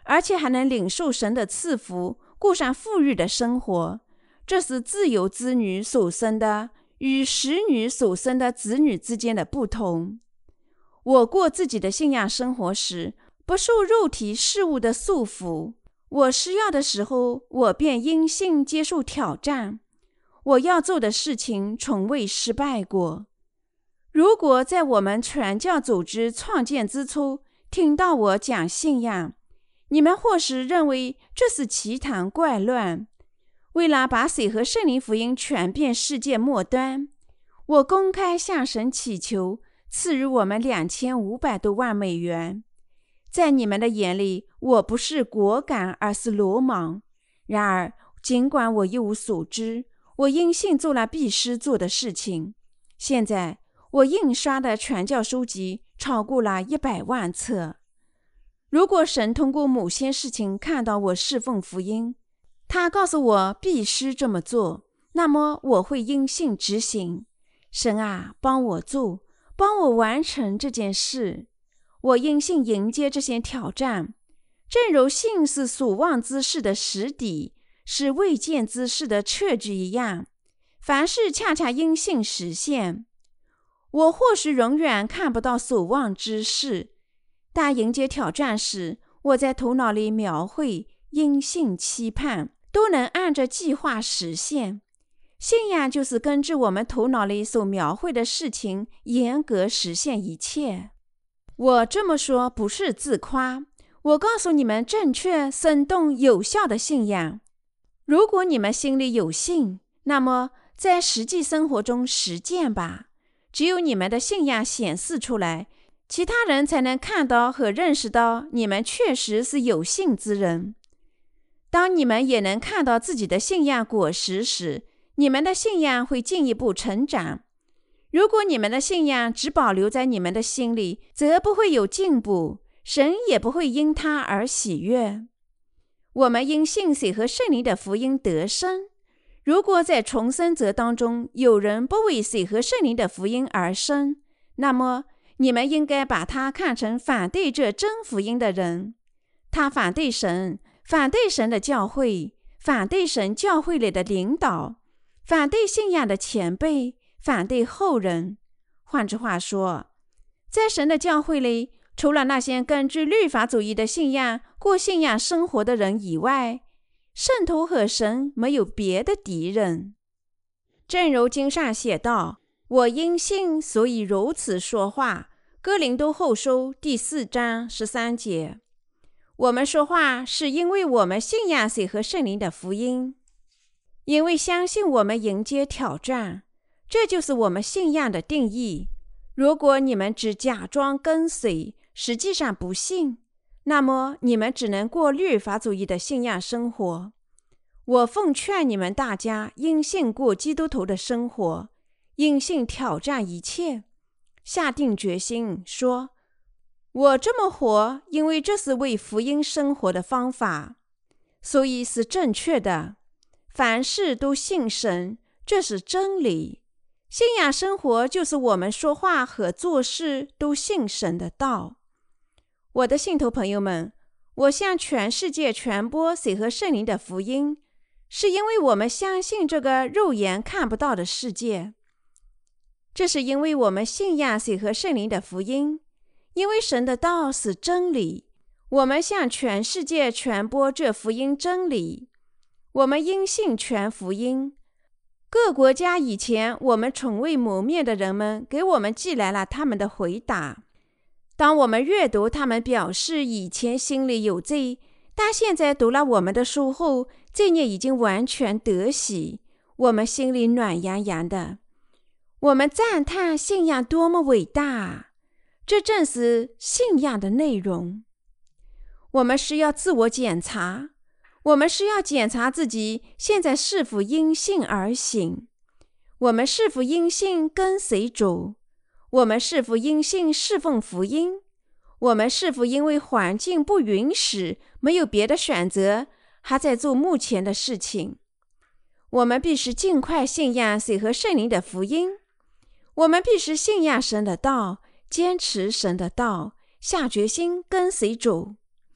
而且还能领受神的赐福，过上富裕的生活。这是自由子女所生的与使女所生的子女之间的不同。我过自己的信仰生活时，不受肉体事物的束缚。我需要的时候，我便因信接受挑战。我要做的事情从未失败过。如果在我们传教组织创建之初听到我讲信仰，你们或许认为这是奇谈怪论。为了把水和圣灵福音传遍世界末端，我公开向神祈求赐予我们2500多万美元。在你们的眼里，我不是果敢，而是鲁莽。然而，尽管我一无所知，我因信做了必须做的事情。现在，我印刷的传教书籍超过了100万册。如果神通过某些事情看到我侍奉福音，他告诉我必须这么做，那么我会因信执行。神啊，帮我做，帮我完成这件事。我因信迎接这些挑战，正如信是所望之事的实底，是未见之事的确据一样。凡事恰恰因信实现。我或许永远看不到所望之事，但迎接挑战时，我在头脑里描绘，因信期盼，都能按着计划实现。信仰就是根据我们头脑里所描绘的事情，严格实现一切。我这么说不是自夸，我告诉你们正确、生动、有效的信仰。如果你们心里有信，那么在实际生活中实践吧。只有你们的信仰显示出来，其他人才能看到和认识到你们确实是有信之人。当你们也能看到自己的信仰果实时，你们的信仰会进一步成长。如果你们的信仰只保留在你们的心里，则不会有进步，神也不会因它而喜悦。我们因信水和圣灵的福音得生。如果在重生者当中有人不为水和圣灵的福音而生，那么你们应该把他看成反对这真福音的人。他反对神，反对神的教会，反对神教会里的领导，反对信仰的前辈，反对后人。换句话说，在神的教会里，除了那些根据律法主义的信仰过信仰生活的人以外，圣徒和神没有别的敌人。正如经上写道，我因信所以如此说话。哥林多后书第4章13节。我们说话是因为我们信仰水和圣灵的福音，因为相信我们迎接挑战，这就是我们信仰的定义。如果你们只假装跟随，实际上不信，那么你们只能过律法主义的信仰生活。我奉劝你们大家因信过基督徒的生活，因信挑战一切，下定决心说，我这么活，因为这是为福音生活的方法，所以是正确的。凡事都信神，这是真理。信仰生活就是我们说话和做事都信神的道。我的信徒朋友们，我向全世界传播水和圣灵的福音，是因为我们相信这个肉眼看不到的世界。这是因为我们信仰水和圣灵的福音，因为神的道是真理，我们向全世界传播这福音真理。我们因信传福音。各国家以前我们从未谋面的人们给我们寄来了他们的回答。当我们阅读他们表示以前心里有罪，但现在读了我们的书后，罪孽已经完全得洗，我们心里暖洋洋的。我们赞叹信仰多么伟大，这正是信仰的内容。我们需要自我检查，我们需要检查自己现在是否因信而行，我们是否因信跟随主，我们是否因信侍奉福音，我们是否因为环境不允许，没有别的选择，还在做目前的事情。我们必须尽快信仰水和圣灵的福音，我们必须信仰神的道，坚持神的道，下决心跟随主。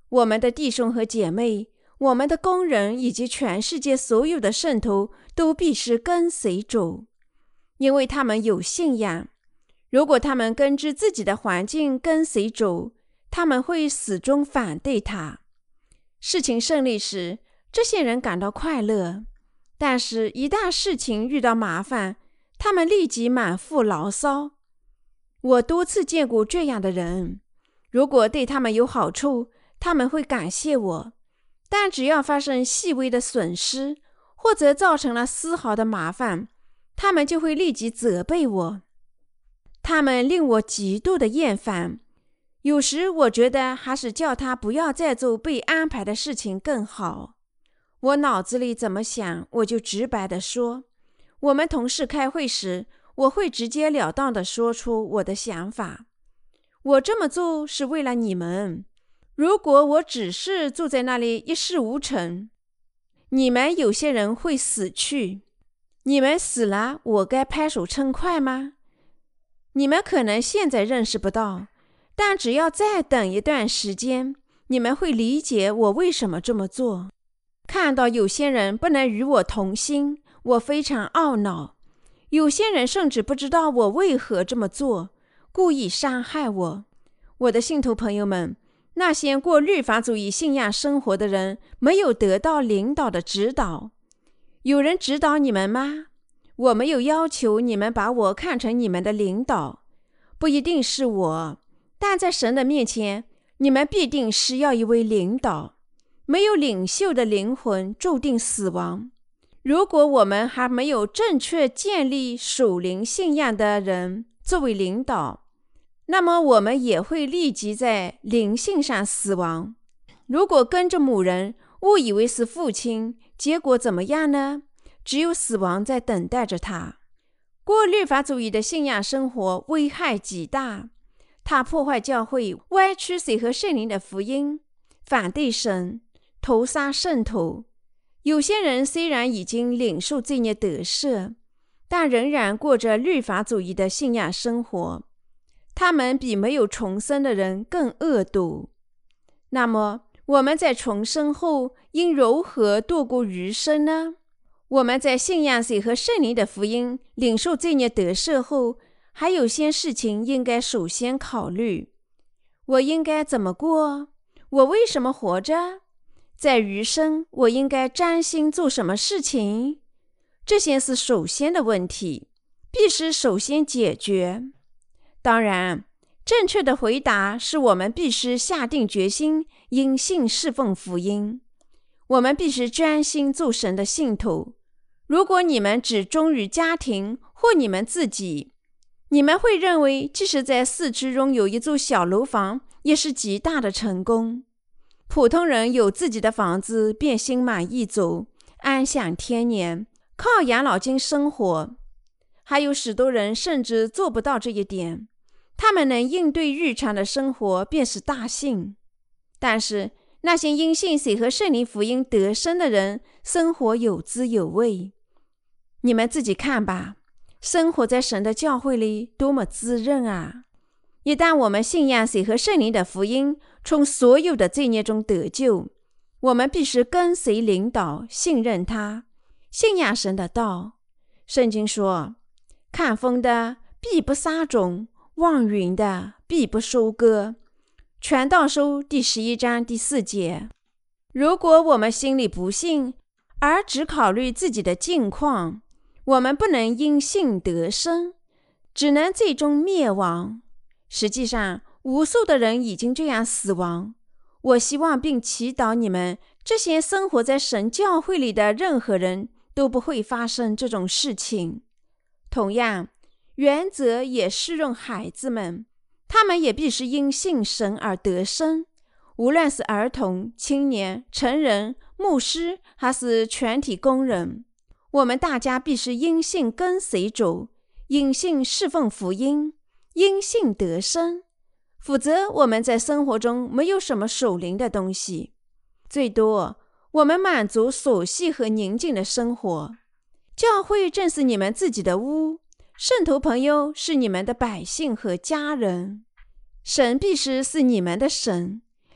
我们的弟兄和姐妹，我们的工人以及全世界所有的圣徒都必须跟随主，因为他们有信仰。如果他们根据自己的环境跟随主，他们会始终反对他。事情胜利时，这些人感到快乐，但是一旦事情遇到麻烦，他们立即满腹牢骚。我多次见过这样的人，如果对他们有好处，他们会感谢我，但只要发生细微的损失，或者造成了丝毫的麻烦，他们就会立即责备我。他们令我极度的厌烦，有时我觉得还是叫他不要再做被安排的事情更好。我脑子里怎么想，我就直白地说。我们同事开会时，我会直截了当地说出我的想法。我这么做是为了你们。如果我只是坐在那里一事无成，你们有些人会死去。你们死了，我该拍手称快吗？你们可能现在认识不到，但只要再等一段时间，你们会理解我为什么这么做。看到有些人不能与我同心，我非常懊恼。有些人甚至不知道我为何这么做，故意伤害我。我的信徒朋友们，那些过律法主义信仰生活的人没有得到领导的指导。有人指导你们吗？我没有要求你们把我看成你们的领导，不一定是我，但在神的面前，你们必定需要一位领导。没有领袖的灵魂注定死亡。如果我们还没有正确建立属灵信仰的人作为领导，那么我们也会立即在灵性上死亡。如果跟着母人误以为是父亲，结果怎么样呢？只有死亡在等待着他。过律法主义的信仰生活危害极大，它破坏教会，歪曲水和圣灵的福音，反对神，屠杀圣徒。有些人虽然已经领受罪孽得赦，但仍然过着律法主义的信仰生活。他们比没有重生的人更恶毒。那么，我们在重生后应如何度过余生呢？我们在信仰水和圣灵的福音，领受罪孽得赦后，还有些事情应该首先考虑。我应该怎么过？我为什么活着？在余生，我应该专心做什么事情？这些是首先的问题，必须首先解决。当然，正确的回答是我们必须下定决心，因信侍奉福音。我们必须专心做神的信徒。如果你们只忠于家庭或你们自己，你们会认为即使在市区拥有一座小楼房，也是极大的成功。普通人有自己的房子便心满意足，安享天年，靠养老金生活。还有许多人甚至做不到这一点，他们能应对日常的生活便是大幸。但是那些因信水和圣灵福音得生的人，生活有滋有味。你们自己看吧，生活在神的教会里多么滋润啊！一旦我们信仰水和圣灵的福音，从所有的罪孽中得救，我们必须跟随领导，信任他，信仰神的道。圣经说，看风的必不撒种，望云的必不收割。传道书第11章第4节。如果我们心里不信，而只考虑自己的境况，我们不能因信得生，只能最终灭亡。实际上，无数的人已经这样死亡。我希望并祈祷你们这些生活在神教会里的任何人都不会发生这种事情。同样，原则也适用孩子们，他们也必须因信神而得生。无论是儿童、青年、成人、牧师，还是全体工人，我们大家必须因信跟随主，因信侍奉福音，因信得生。否则，我们在生活中没有什么属灵的东西，最多我们满足琐细和宁静的生活。教会正是你们自己的屋，圣徒朋友是你们的百姓和家人。神必须是你们的神，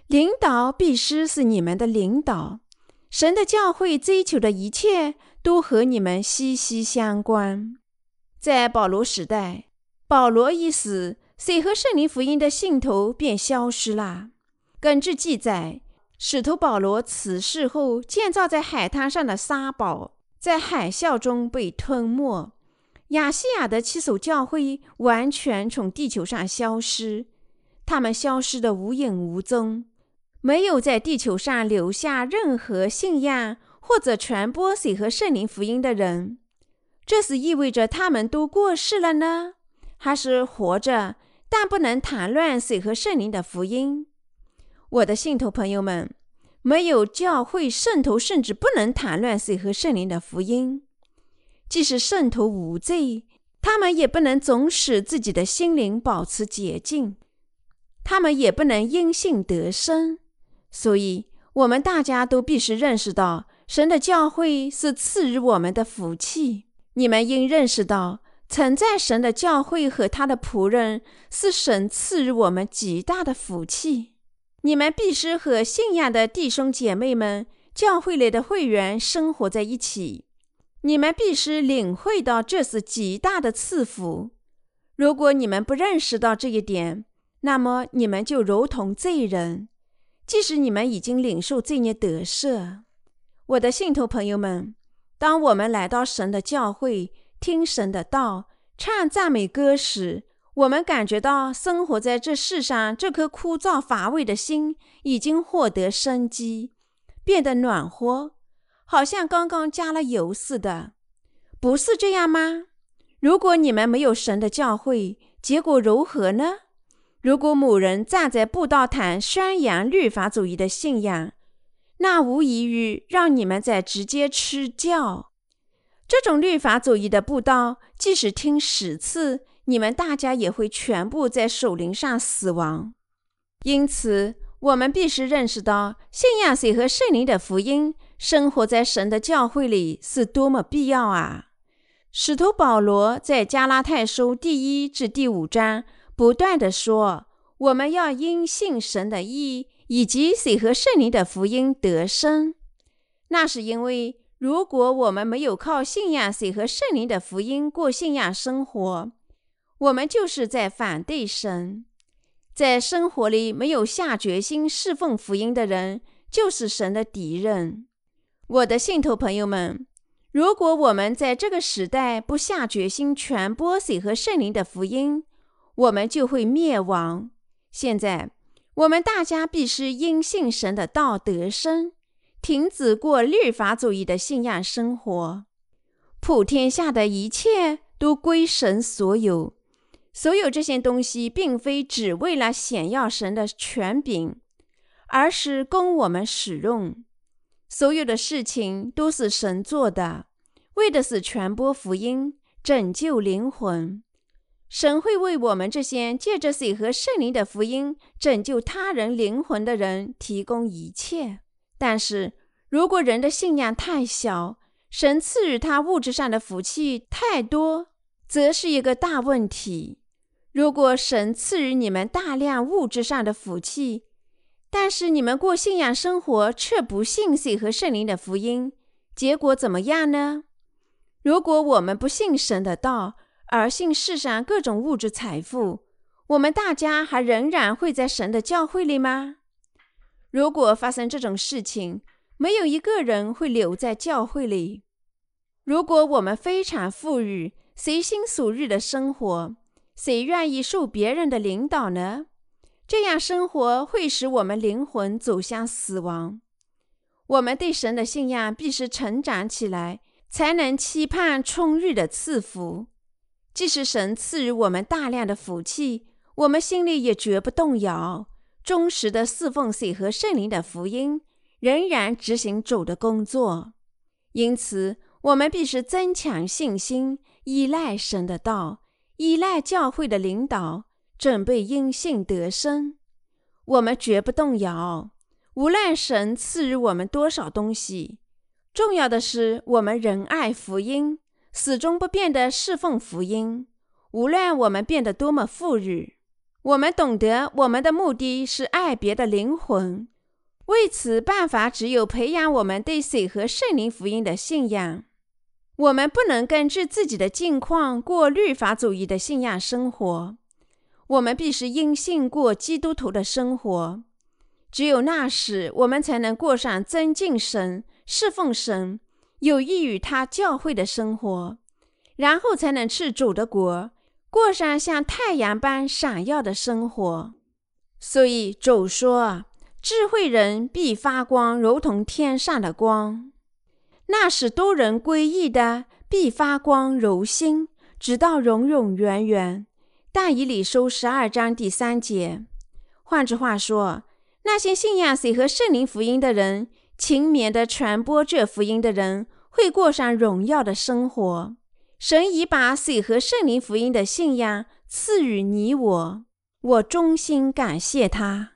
领导必须是你们的领导。神的教会追求的一切都和你们息息相关。在保罗时代，保罗一死，水和圣灵福音的信徒便消失了。根据记载，使徒保罗辞世后建造在海滩上的沙堡，在海啸中被吞没。亚细亚的7所教会完全从地球上消失，他们消失得无影无踪，没有在地球上留下任何信仰或者传播水和圣灵福音的人。这是意味着他们都过世了呢，还是活着但不能谈论水和圣灵的福音？我的信徒朋友们，没有教会圣徒甚至不能谈论水和圣灵的福音。即使圣徒无罪，他们也不能总使自己的心灵保持洁净，他们也不能因信得生。所以我们大家都必须认识到，神的教会是赐予我们的福气。你们应认识到，存在神的教会和他的仆人是神赐予我们极大的福气。你们必须和信仰的弟兄姐妹们、教会里的会员生活在一起。你们必须领会到这是极大的赐福。如果你们不认识到这一点，那么你们就如同罪人，即使你们已经领受罪孽得赦。我的信徒朋友们，当我们来到神的教会，听神的道，唱赞美歌时，我们感觉到生活在这世上这颗枯燥乏味的心已经获得生机，变得暖和，好像刚刚加了油似的。不是这样吗？如果你们没有神的教会，结果如何呢？如果某人站在布道坛宣扬律法主义的信仰，那无异于让你们在直接吃教。这种律法主义的布道，即使听10次，你们大家也会全部在守灵上死亡。因此，我们必须认识到，信仰水和圣灵的福音，生活在神的教会里是多么必要啊！使徒保罗在加拉太书第1至第5章不断地说，我们要因信神的义以及水和圣灵的福音得生。那是因为，如果我们没有靠信仰水和圣灵的福音过信仰生活，我们就是在反对神。在生活里没有下决心侍奉福音的人，就是神的敌人。我的信徒朋友们，如果我们在这个时代不下决心传播水和圣灵的福音，我们就会灭亡。现在，我们大家必须因信神的道得生，停止过律法主义的信仰生活。普天下的一切都归神所有。所有这些东西并非只为了显耀神的权柄，而是供我们使用。所有的事情都是神做的，为的是传播福音，拯救灵魂。神会为我们这些借着水和圣灵的福音拯救他人灵魂的人提供一切。但是，如果人的信仰太小，神赐予他物质上的福气太多，则是一个大问题。如果神赐予你们大量物质上的福气，但是你们过信仰生活却不信水和圣灵的福音，结果怎么样呢？如果我们不信神的道，而信世上各种物质财富，我们大家还仍然会在神的教会里吗？如果发生这种事情，没有一个人会留在教会里。如果我们非常富裕，随心所欲的生活，谁愿意受别人的领导呢？这样生活会使我们灵魂走向死亡。我们对神的信仰必须成长起来，才能期盼充裕的赐福。即使神赐予我们大量的福气，我们心里也绝不动摇，忠实的侍奉水和圣灵的福音，仍然执行主的工作。因此，我们必须增强信心，依赖神的道，依赖教会的领导，准备因信得生。我们绝不动摇，无论神赐予我们多少东西，重要的是我们仍爱福音，始终不变地侍奉福音，无论我们变得多么富裕。 我们懂得我们的目的是爱别的灵魂，为此办法只有培养我们对水和圣灵福音的信仰。我们不能根据自己的境况过律法主义的信仰生活，我们必须因信过基督徒的生活。只有那时，我们才能过上尊敬神、侍奉神、有益于他教会的生活，然后才能去主的国，过上像太阳般闪耀的生活。所以主说，智慧人必发光，如同天上的光。那使多人归义的必发光如星，直到永永远远。但以理书12章第3节。换句话说，那些信仰水和圣灵福音的人，勤勉地传播这福音的人，会过上荣耀的生活。神已把水和圣灵福音的信仰赐予你我，我衷心感谢他。